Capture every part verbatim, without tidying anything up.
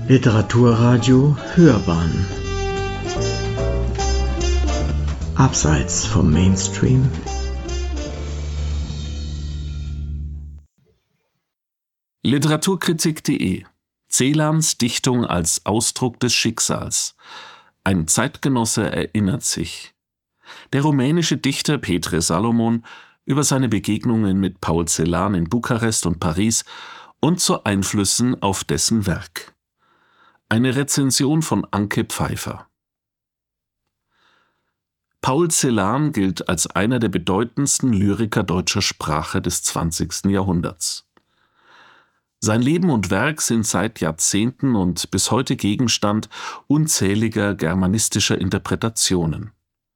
Literaturradio Hörbahn Abseits vom Mainstream. Literaturkritik punkt de Celans Dichtung als Ausdruck des Schicksals. Ein Zeitgenosse erinnert sich. Der rumänische Dichter Petre Salomon über seine Begegnungen mit Paul Celan in Bukarest und Paris und zu Einflüssen auf dessen Werk. Eine Rezension von Anke Pfeiffer. Paul Celan gilt als einer der bedeutendsten Lyriker deutscher Sprache des zwanzigsten Jahrhunderts. Sein Leben und Werk sind seit Jahrzehnten und bis heute Gegenstand unzähliger germanistischer Interpretationen.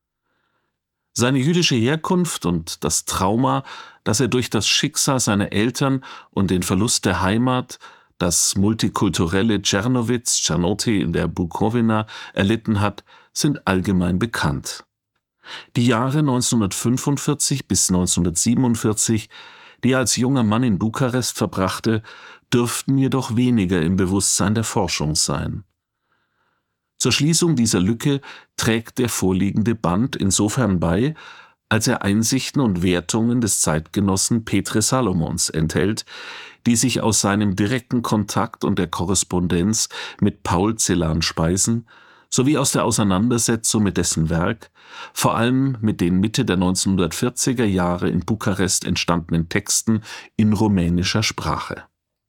Seine jüdische Herkunft und das Trauma, das er durch das Schicksal seiner Eltern und den Verlust der Heimat, das multikulturelle Czernowitz, Czernowty in der Bukowina, erlitten hat, sind allgemein bekannt. Die Jahre neunzehnhundertfünfundvierzig bis neunzehnhundertsiebenundvierzig, die er als junger Mann in Bukarest verbrachte, dürften jedoch weniger im Bewusstsein der Forschung sein. Zur Schließung dieser Lücke trägt der vorliegende Band insofern bei, als er Einsichten und Wertungen des Zeitgenossen Petre Salomons enthält, die sich aus seinem direkten Kontakt und der Korrespondenz mit Paul Celan speisen, sowie aus der Auseinandersetzung mit dessen Werk, vor allem mit den Mitte der neunzehnhundertvierziger Jahre in Bukarest entstandenen Texten in rumänischer Sprache.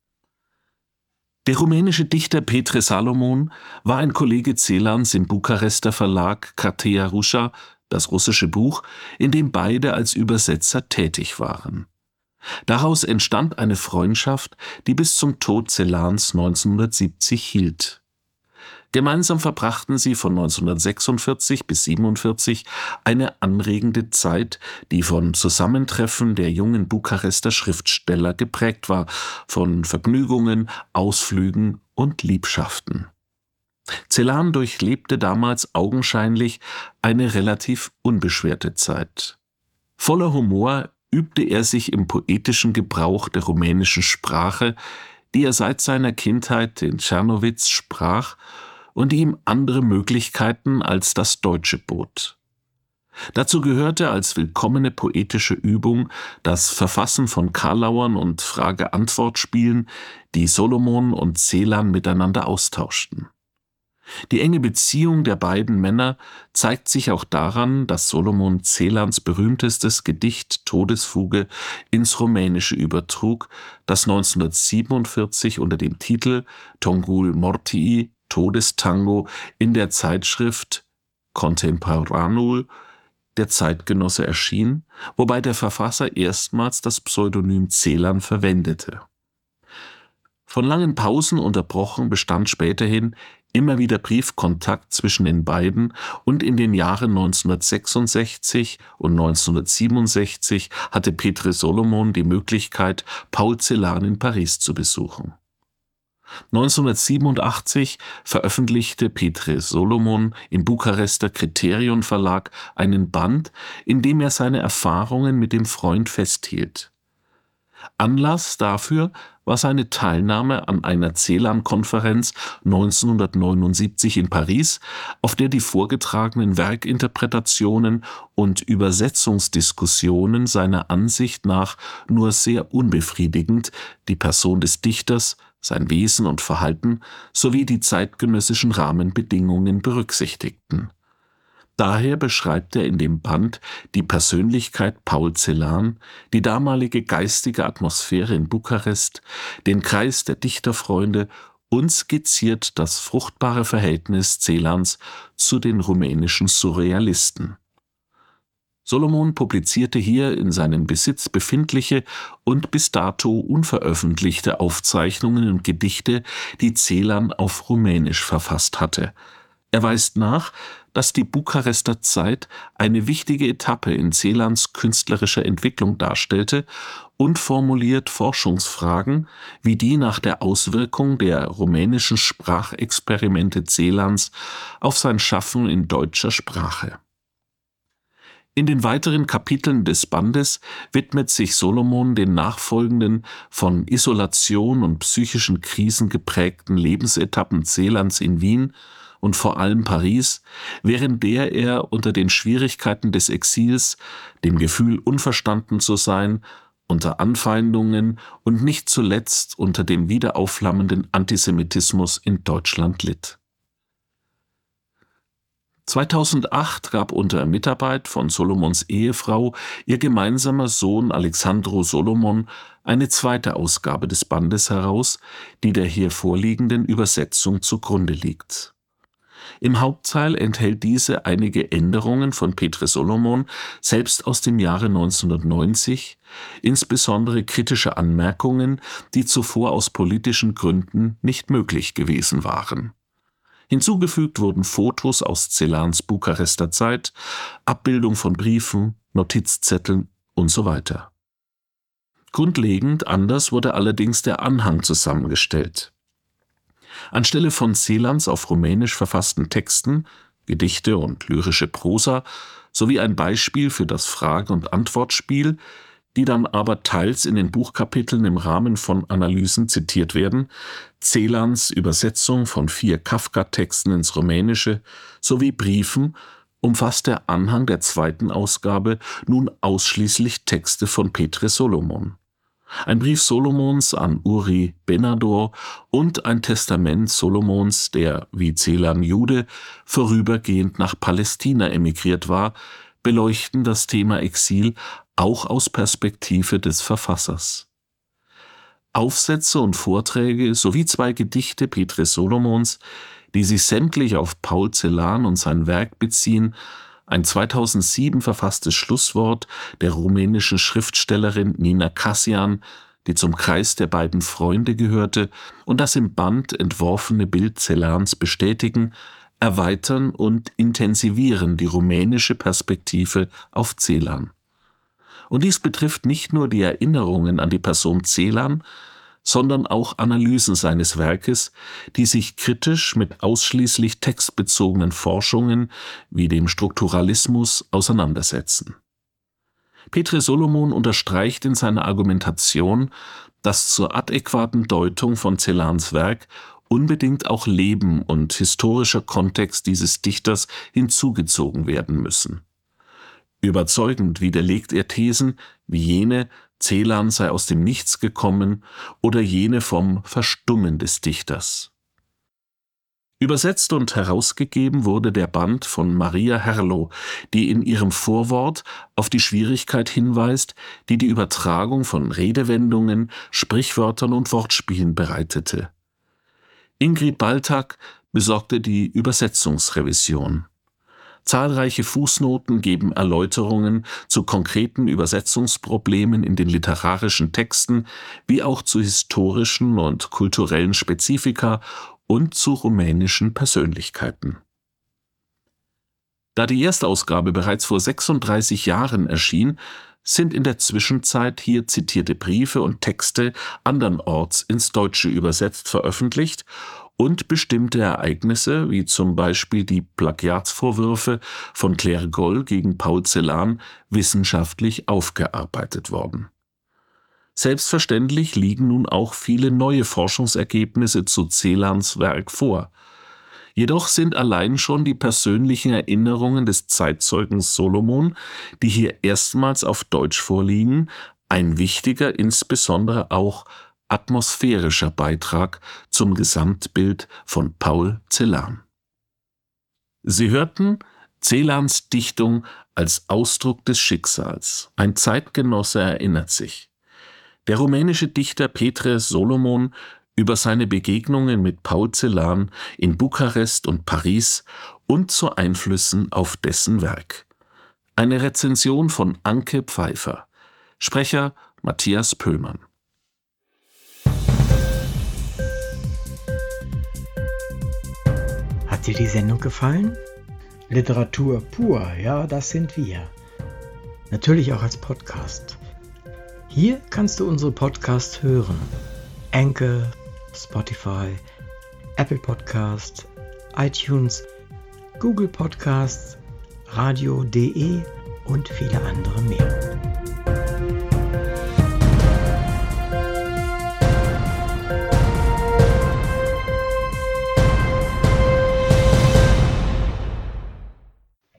Der rumänische Dichter Petre Salomon war ein Kollege Celans im Bukarester Verlag Cartea Rusha, das russische Buch, in dem beide als Übersetzer tätig waren. Daraus entstand eine Freundschaft, die bis zum Tod Celans neunzehnhundertsiebzig hielt. Gemeinsam verbrachten sie von neunzehnhundertsechsundvierzig bis siebenundvierzig eine anregende Zeit, die von Zusammentreffen der jungen Bukarester Schriftsteller geprägt war, von Vergnügungen, Ausflügen und Liebschaften. Celan durchlebte damals augenscheinlich eine relativ unbeschwerte Zeit. Voller Humor übte er sich im poetischen Gebrauch der rumänischen Sprache, die er seit seiner Kindheit in Czernowitz sprach und die ihm andere Möglichkeiten als das Deutsche bot. Dazu gehörte als willkommene poetische Übung das Verfassen von Karlauern und Frage-Antwort-Spielen, die Solomon und Celan miteinander austauschten. Die enge Beziehung der beiden Männer zeigt sich auch daran, dass Solomon Celans berühmtestes Gedicht Todesfuge ins Rumänische übertrug, das neunzehnhundertsiebenundvierzig unter dem Titel Tongul Mortii, Todestango, in der Zeitschrift Contemporanul der Zeitgenosse erschien, wobei der Verfasser erstmals das Pseudonym Celan verwendete. Von langen Pausen unterbrochen bestand späterhin immer wieder Briefkontakt zwischen den beiden und in den Jahren neunzehnhundertsechsundsechzig und neunzehnhundertsiebenundsechzig hatte Petre Salomon die Möglichkeit, Paul Celan in Paris zu besuchen. neunzehnhundertsiebenundachtzig veröffentlichte Petre Salomon im Bukarester Kriterion Verlag einen Band, in dem er seine Erfahrungen mit dem Freund festhielt. Anlass dafür war seine Teilnahme an einer Celan-Konferenz neunzehnhundertneunundsiebzig in Paris, auf der die vorgetragenen Werkinterpretationen und Übersetzungsdiskussionen seiner Ansicht nach nur sehr unbefriedigend die Person des Dichters, sein Wesen und Verhalten sowie die zeitgenössischen Rahmenbedingungen berücksichtigten. Daher beschreibt er in dem Band die Persönlichkeit Paul Celan, die damalige geistige Atmosphäre in Bukarest, den Kreis der Dichterfreunde und skizziert das fruchtbare Verhältnis Celans zu den rumänischen Surrealisten. Salomon publizierte hier in seinem Besitz befindliche und bis dato unveröffentlichte Aufzeichnungen und Gedichte, die Celan auf Rumänisch verfasst hatte. Er weist nach, dass die Bukarester Zeit eine wichtige Etappe in Celans künstlerischer Entwicklung darstellte und formuliert Forschungsfragen wie die nach der Auswirkung der rumänischen Sprachexperimente Celans auf sein Schaffen in deutscher Sprache. In den weiteren Kapiteln des Bandes widmet sich Solomon den nachfolgenden, von Isolation und psychischen Krisen geprägten Lebensetappen Celan's in Wien und vor allem Paris, während der er unter den Schwierigkeiten des Exils, dem Gefühl, unverstanden zu sein, unter Anfeindungen und nicht zuletzt unter dem wiederaufflammenden Antisemitismus in Deutschland litt. zweitausendacht gab unter Mitarbeit von Solomons Ehefrau ihr gemeinsamer Sohn Alexandro Solomon eine zweite Ausgabe des Bandes heraus, die der hier vorliegenden Übersetzung zugrunde liegt. Im Hauptteil enthält diese einige Änderungen von Petre Solomon, selbst aus dem Jahre neunzehnhundertneunzig, insbesondere kritische Anmerkungen, die zuvor aus politischen Gründen nicht möglich gewesen waren. Hinzugefügt wurden Fotos aus Celan's Bukarester Zeit, Abbildung von Briefen, Notizzetteln und so weiter. Grundlegend anders wurde allerdings der Anhang zusammengestellt. Anstelle von Celan's auf Rumänisch verfassten Texten, Gedichte und lyrische Prosa sowie ein Beispiel für das Frage- und Antwortspiel, die dann aber teils in den Buchkapiteln im Rahmen von Analysen zitiert werden, Celan's Übersetzung von vier Kafka-Texten ins Rumänische sowie Briefen, umfasst der Anhang der zweiten Ausgabe nun ausschließlich Texte von Petre Solomon. Ein Brief Solomons an Uri Benador und ein Testament Solomons, der, wie Celan Jude, vorübergehend nach Palästina emigriert war, beleuchten das Thema Exil auch aus Perspektive des Verfassers. Aufsätze und Vorträge sowie zwei Gedichte Petre Solomons, die sich sämtlich auf Paul Celan und sein Werk beziehen, ein zweitausendsieben verfasstes Schlusswort der rumänischen Schriftstellerin Nina Cassian, die zum Kreis der beiden Freunde gehörte, und das im Band entworfene Bild Celans bestätigen, erweitern und intensivieren die rumänische Perspektive auf Celan. Und dies betrifft nicht nur die Erinnerungen an die Person Celan, sondern auch Analysen seines Werkes, die sich kritisch mit ausschließlich textbezogenen Forschungen wie dem Strukturalismus auseinandersetzen. Petre Solomon unterstreicht in seiner Argumentation, dass zur adäquaten Deutung von Celans Werk unbedingt auch Leben und historischer Kontext dieses Dichters hinzugezogen werden müssen. Überzeugend widerlegt er Thesen wie jene, Celan sei aus dem Nichts gekommen, oder jene vom Verstummen des Dichters. Übersetzt und herausgegeben wurde der Band von Maria Herlo, die in ihrem Vorwort auf die Schwierigkeit hinweist, die die Übertragung von Redewendungen, Sprichwörtern und Wortspielen bereitete. Ingrid Baltag besorgte die Übersetzungsrevision. Zahlreiche Fußnoten geben Erläuterungen zu konkreten Übersetzungsproblemen in den literarischen Texten, wie auch zu historischen und kulturellen Spezifika und zu rumänischen Persönlichkeiten. Da die Erstausgabe bereits vor sechsunddreißig Jahren erschien, sind in der Zwischenzeit hier zitierte Briefe und Texte andernorts ins Deutsche übersetzt veröffentlicht und bestimmte Ereignisse, wie zum Beispiel die Plagiatsvorwürfe von Claire Goll gegen Paul Celan, wissenschaftlich aufgearbeitet worden. Selbstverständlich liegen nun auch viele neue Forschungsergebnisse zu Celans Werk vor. Jedoch sind allein schon die persönlichen Erinnerungen des Zeitzeugens Solomon, die hier erstmals auf Deutsch vorliegen, ein wichtiger, insbesondere auch atmosphärischer Beitrag zum Gesamtbild von Paul Celan. Sie hörten Celans Dichtung als Ausdruck des Schicksals. Ein Zeitgenosse erinnert sich. Der rumänische Dichter Petre Solomon über seine Begegnungen mit Paul Celan in Bukarest und Paris und zu Einflüssen auf dessen Werk. Eine Rezension von Anke Pfeiffer. Sprecher Matthias Pöllmann. Hat dir die Sendung gefallen? Literatur pur, ja, das sind wir. Natürlich auch als Podcast. Hier kannst du unsere Podcasts hören. Anchor, Spotify, Apple Podcasts, iTunes, Google Podcasts, radio punkt de und viele andere mehr.